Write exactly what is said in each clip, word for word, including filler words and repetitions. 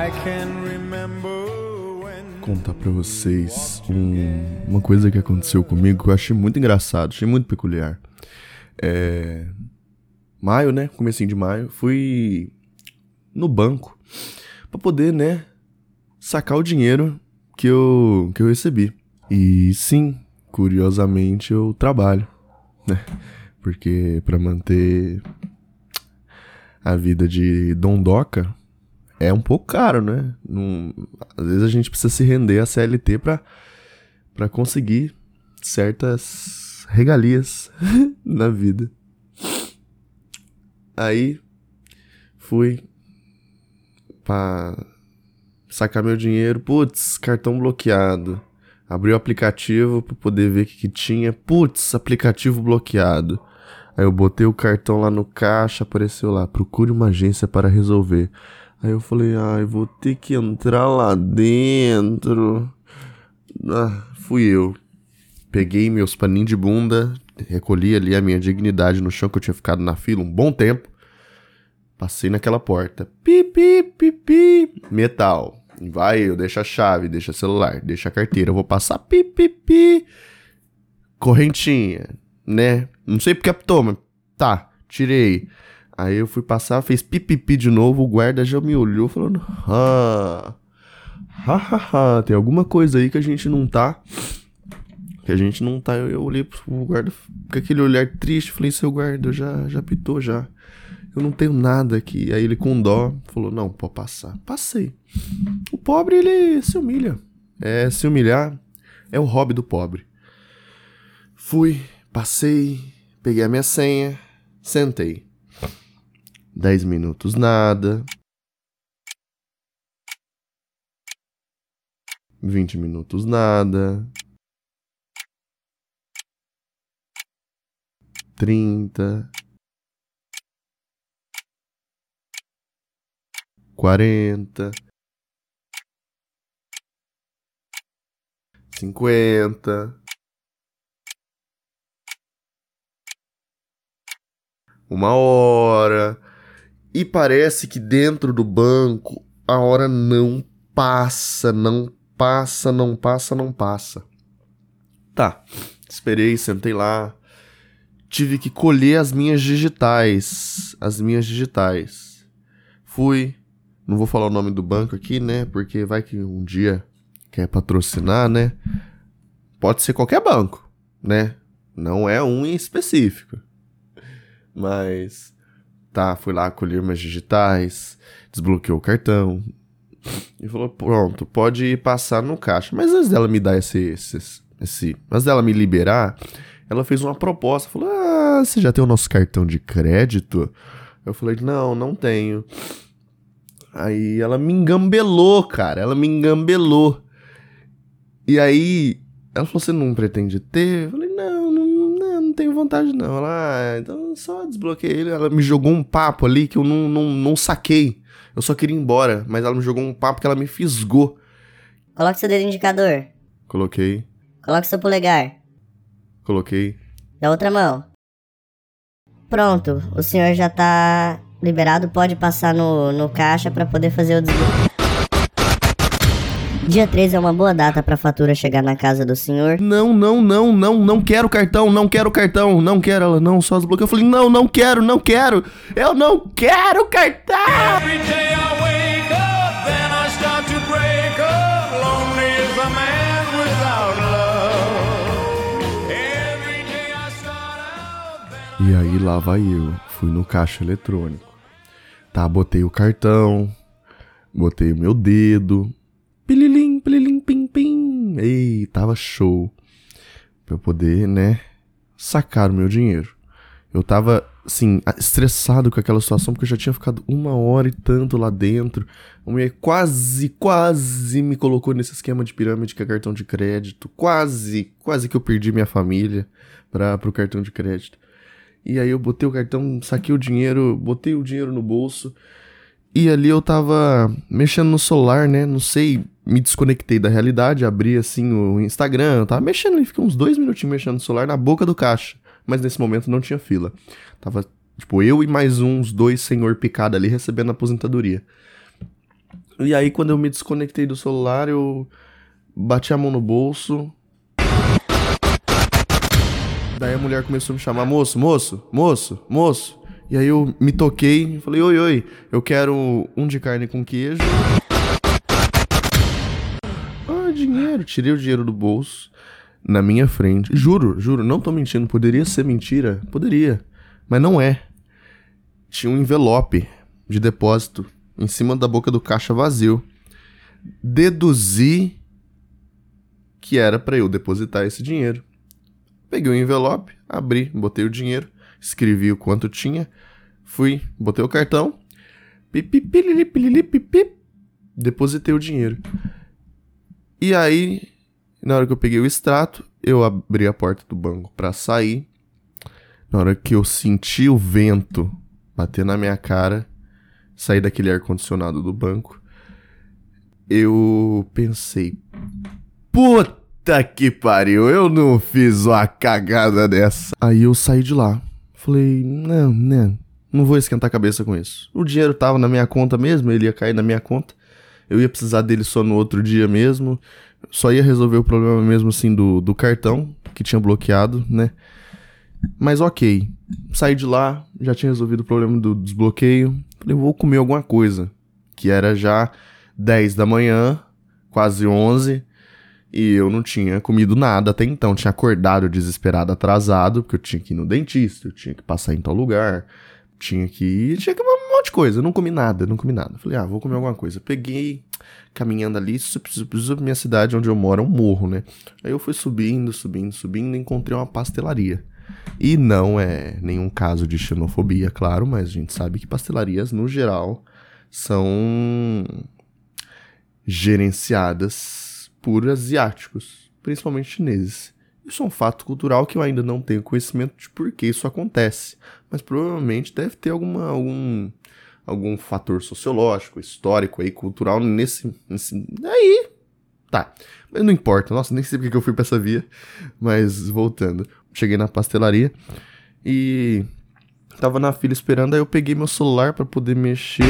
Contar pra vocês um, uma coisa que aconteceu comigo que eu achei muito engraçado, achei muito peculiar. É, maio, né? Comecinho de maio, fui no banco pra poder, né, sacar o dinheiro que eu, que eu recebi. E sim, curiosamente eu trabalho, né? Porque pra manter a vida de dondoca é um pouco caro, né? Não, às vezes a gente precisa se render a C L T pra, pra conseguir certas regalias na vida. Aí fui pra sacar meu dinheiro. Putz, cartão bloqueado. Abri o aplicativo pra poder ver o que, que tinha. Putz, aplicativo bloqueado. Aí eu botei o cartão lá no caixa, apareceu lá, procure uma agência para resolver. Aí eu falei, ai, vou ter que entrar lá dentro. Ah, fui eu. Peguei meus paninhos de bunda, recolhi ali a minha dignidade no chão, que eu tinha ficado na fila um bom tempo. Passei naquela porta. Pi, pi, pi, pi. Metal. Vai eu, deixa a chave, deixa o celular, deixa a carteira. Eu vou passar pi, pi, pi. Correntinha, né? Não sei porque apitou, mas tá, tirei. Aí eu fui passar, fez pipipi de novo, o guarda já me olhou falando, ah, ha, ha, ha, tem alguma coisa aí que a gente não tá, que a gente não tá. Eu, eu olhei pro guarda com aquele olhar triste, falei, seu guarda, já, já apitou já, eu não tenho nada aqui. Aí ele com dó falou, não, pode passar. Passei. O pobre, ele se humilha, é, se humilhar é o hobby do pobre. Fui, passei, peguei a minha senha, sentei. Dez minutos nada. Vinte minutos nada. Trinta. Quarenta. Cinquenta. Uma hora. E parece que dentro do banco a hora não passa, não passa, não passa, não passa. Tá, esperei, sentei lá. Tive que colher as minhas digitais. As minhas digitais. Fui. Não vou falar o nome do banco aqui, né? Porque vai que um dia quer patrocinar, né? Pode ser qualquer banco, né? Não é um em específico. Mas... tá, fui lá colher minhas digitais, desbloqueou o cartão e falou, pronto, pode ir passar no caixa. Mas antes dela me dar esse, esse, esse, antes dela me liberar, ela fez uma proposta, falou, ah, você já tem o nosso cartão de crédito? Eu falei, não, não tenho. Aí ela me engambelou, cara, ela me engambelou. E aí, ela falou, você não pretende ter? Eu falei, não, não, não, não tenho vontade não. Ela, ah, então só desbloqueei ele. Ela me jogou um papo ali que eu não, não, não saquei. Eu só queria ir embora, mas ela me jogou um papo que ela me fisgou. Coloque seu dedo indicador. Coloquei. Coloque seu polegar. Coloquei. Da outra mão. Pronto, o senhor já tá liberado, pode passar no, no caixa pra poder fazer o desbloqueio. Dia três é uma boa data pra fatura chegar na casa do senhor. Não, não, não, não, não quero cartão, não quero cartão, não quero. Ela, não, só desbloqueio. Eu falei, não, não quero, não quero. Eu não quero cartão. Every day I wake up, then I start to break up. Lonely is a man without love. Every day I start out, then... E aí lá vai eu, fui no caixa eletrônico. Tá, botei o cartão, botei o meu dedo. Pililim, pililim, pim, pim. Ei, tava show. Pra eu poder, né, sacar o meu dinheiro. Eu tava, assim, estressado com aquela situação, porque eu já tinha ficado uma hora e tanto lá dentro. A mulher quase, quase me colocou nesse esquema de pirâmide que é cartão de crédito. Quase, quase que eu perdi minha família pra, pro cartão de crédito. E aí eu botei o cartão, saquei o dinheiro, botei o dinheiro no bolso. E ali eu tava mexendo no celular, né, não sei, me desconectei da realidade, abri assim o Instagram, eu tava mexendo ali, fiquei uns dois minutinhos mexendo no celular na boca do caixa. Mas nesse momento não tinha fila. Tava, tipo, eu e mais uns dois senhor picado ali recebendo aposentadoria. E aí, quando eu me desconectei do celular, eu bati a mão no bolso. Daí a mulher começou a me chamar, moço, moço, moço, moço. E aí eu me toquei e falei, oi, oi, eu quero um de carne com queijo. Ah, dinheiro. Tirei o dinheiro do bolso, na minha frente. Juro, juro, não tô mentindo. Poderia ser mentira? Poderia, mas não é. Tinha um envelope de depósito em cima da boca do caixa vazio. Deduzi que era pra eu depositar esse dinheiro. Peguei o envelope, abri, botei o dinheiro, escrevi o quanto tinha, fui, botei o cartão, pipipililipililipipip, depositei o dinheiro. E aí, na hora que eu peguei o extrato, eu abri a porta do banco pra sair. Na hora que eu senti o vento bater na minha cara, sair daquele ar-condicionado do banco, eu pensei, puta que pariu, eu não fiz uma cagada dessa. Aí eu saí de lá, falei, não, não, não vou esquentar a cabeça com isso. O dinheiro tava na minha conta mesmo, ele ia cair na minha conta, eu ia precisar dele só no outro dia mesmo, só ia resolver o problema mesmo assim do, do cartão, que tinha bloqueado, né? Mas ok, saí de lá, já tinha resolvido o problema do desbloqueio, falei, vou comer alguma coisa, que era já dez da manhã, quase onze, e eu não tinha comido nada até então, tinha acordado desesperado, atrasado, porque eu tinha que ir no dentista, eu tinha que passar em tal lugar, tinha que ir, tinha que ir um monte de coisa, eu não comi nada, não comi nada, falei, ah, vou comer alguma coisa, peguei, caminhando ali, minha cidade onde eu moro é um morro, né, aí eu fui subindo, subindo, subindo, e encontrei uma pastelaria. E não é nenhum caso de xenofobia, claro, mas a gente sabe que pastelarias, no geral, são gerenciadas por asiáticos, principalmente chineses. Isso é um fato cultural que eu ainda não tenho conhecimento de por que isso acontece, mas provavelmente deve ter alguma, algum, algum fator sociológico, histórico, aí, cultural nesse, nesse... Aí, tá, mas não importa, nossa, nem sei porque que eu fui pra essa via, mas voltando... Cheguei na pastelaria e tava na fila esperando, aí eu peguei meu celular pra poder mexer.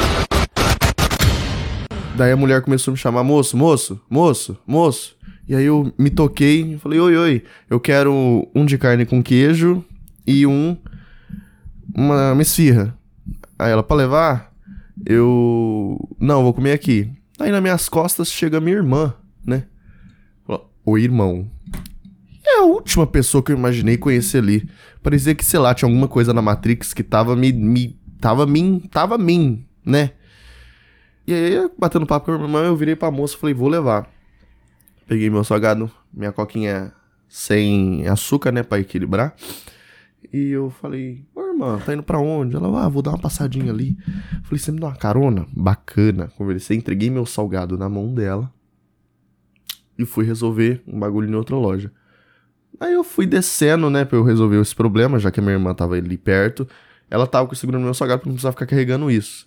Daí a mulher começou a me chamar, moço, moço, moço, moço. E aí eu me toquei e falei, oi, oi, eu quero um de carne com queijo e um, uma, uma esfirra. Aí ela, pra levar? Eu, não, vou comer aqui. Aí nas minhas costas chega minha irmã, né? Oi, irmão. É a última pessoa que eu imaginei conhecer ali. Parecia que, sei lá, tinha alguma coisa na Matrix que tava me... me tava mim, tava mim, né? E aí, batendo papo com a minha irmã, eu virei pra moça e falei, vou levar. Peguei meu salgado, minha coquinha sem açúcar, né, pra equilibrar. E eu falei, ô irmã, tá indo pra onde? Ela, ah, vou dar uma passadinha ali. Falei, você me dá uma carona? Bacana. Conversei, entreguei meu salgado na mão dela. E fui resolver um bagulho em outra loja. Aí eu fui descendo, né, pra eu resolver esse problema, já que a minha irmã tava ali perto. Ela tava segurando meu salgado pra não precisar ficar carregando isso.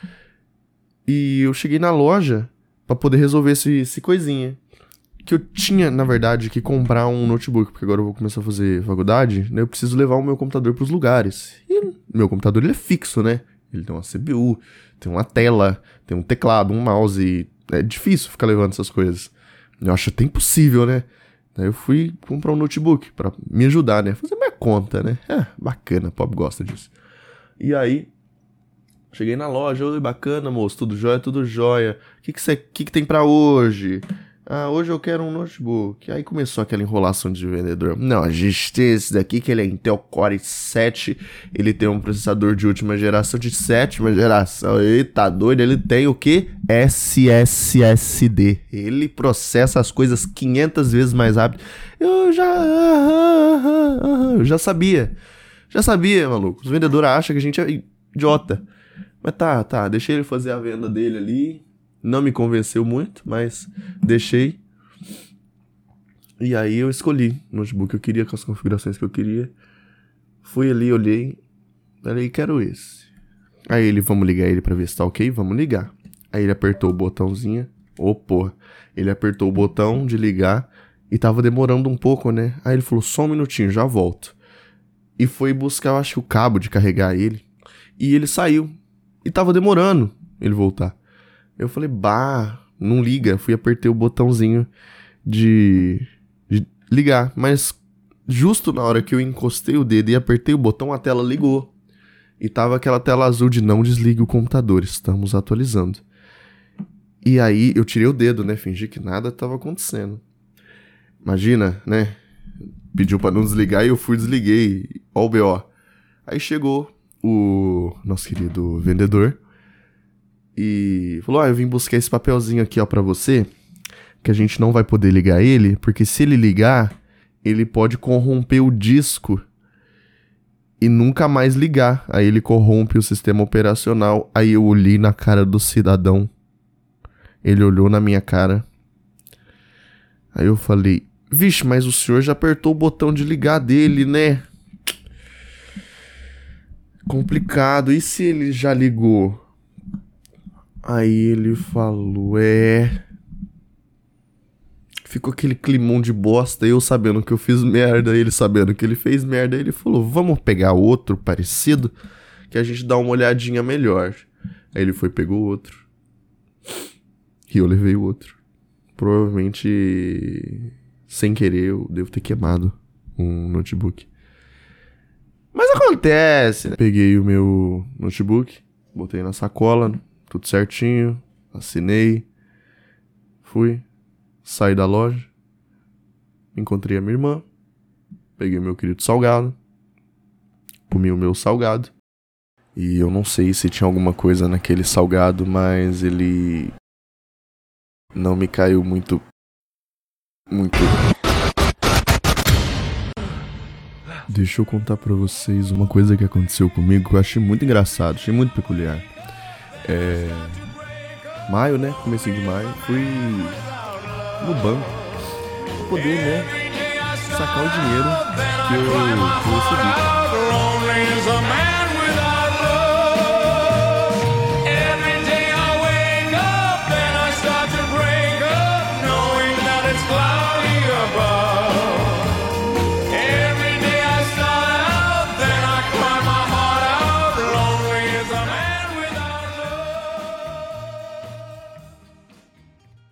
E eu cheguei na loja pra poder resolver esse, esse coisinha. Que eu tinha, na verdade, que comprar um notebook, porque agora eu vou começar a fazer faculdade, né, eu preciso levar o meu computador pros lugares. E meu computador, ele é fixo, né? Ele tem uma C P U, tem uma tela, tem um teclado, um mouse, e é difícil ficar levando essas coisas. Eu acho até impossível, né? Daí eu fui comprar um notebook pra me ajudar, né? Fazer minha conta, né? É, bacana, o pobre gosta disso. E aí, cheguei na loja, oi, bacana, moço, tudo jóia, tudo jóia. O que que, cê, que que tem pra hoje? Ah, hoje eu quero um notebook. Aí começou aquela enrolação de vendedor. Não, a gente tem esse daqui que ele é Intel Core sete, ele tem um processador de última geração, de sétima geração. Eita, doido, ele tem o quê? S S S D. Ele processa as coisas quinhentas vezes mais rápido. Eu já... Eu já sabia. Já sabia, maluco. Os vendedores acham que a gente é idiota. Mas tá, tá, deixei ele fazer a venda dele ali. Não me convenceu muito, mas deixei. E aí eu escolhi o notebook que eu queria, com as configurações que eu queria. Fui ali, olhei. Falei, quero esse. Aí ele, vamos ligar ele pra ver se tá ok? Vamos ligar. Aí ele apertou o botãozinho. Ô, porra. Ele apertou o botão de ligar e tava demorando um pouco, né? Aí ele falou, só um minutinho, já volto. E foi buscar, eu acho, o cabo de carregar ele. E ele saiu. E tava demorando ele voltar. Eu falei, bah, não liga. Fui apertei o botãozinho de, de ligar, mas justo na hora que eu encostei o dedo e apertei o botão, a tela ligou. E tava aquela tela azul de não desligue o computador, estamos atualizando. E aí eu tirei o dedo, né? Fingi que nada tava acontecendo. Imagina, né? Pediu pra não desligar e eu fui desliguei. Ó o B O. Aí chegou o nosso querido vendedor e falou, ó, ah, eu vim buscar esse papelzinho aqui, ó, pra você, que a gente não vai poder ligar ele, porque se ele ligar, ele pode corromper o disco e nunca mais ligar. Aí ele corrompe o sistema operacional. Aí eu olhei na cara do cidadão. Ele olhou na minha cara. Aí eu falei, vixe, mas o senhor já apertou o botão de ligar dele, né? Complicado. E se ele já ligou? Aí ele falou, é... Ficou aquele climão de bosta, eu sabendo que eu fiz merda, ele sabendo que ele fez merda, ele falou, vamos pegar outro parecido, que a gente dá uma olhadinha melhor. Aí ele foi, pegou outro. E eu levei o outro. Provavelmente, sem querer, eu devo ter queimado um notebook. Mas acontece, né? Peguei o meu notebook, botei na sacola, tudo certinho, assinei, fui. Saí da loja, encontrei a minha irmã, peguei o meu querido salgado, comi o meu salgado, e eu não sei se tinha alguma coisa naquele salgado, mas ele não me caiu muito, muito... Deixa eu contar pra vocês uma coisa que aconteceu comigo que eu achei muito engraçado, achei muito peculiar. É... Maio, né? Comecinho de maio, fui... no banco pra poder, né, sacar o dinheiro que eu, que eu recebi.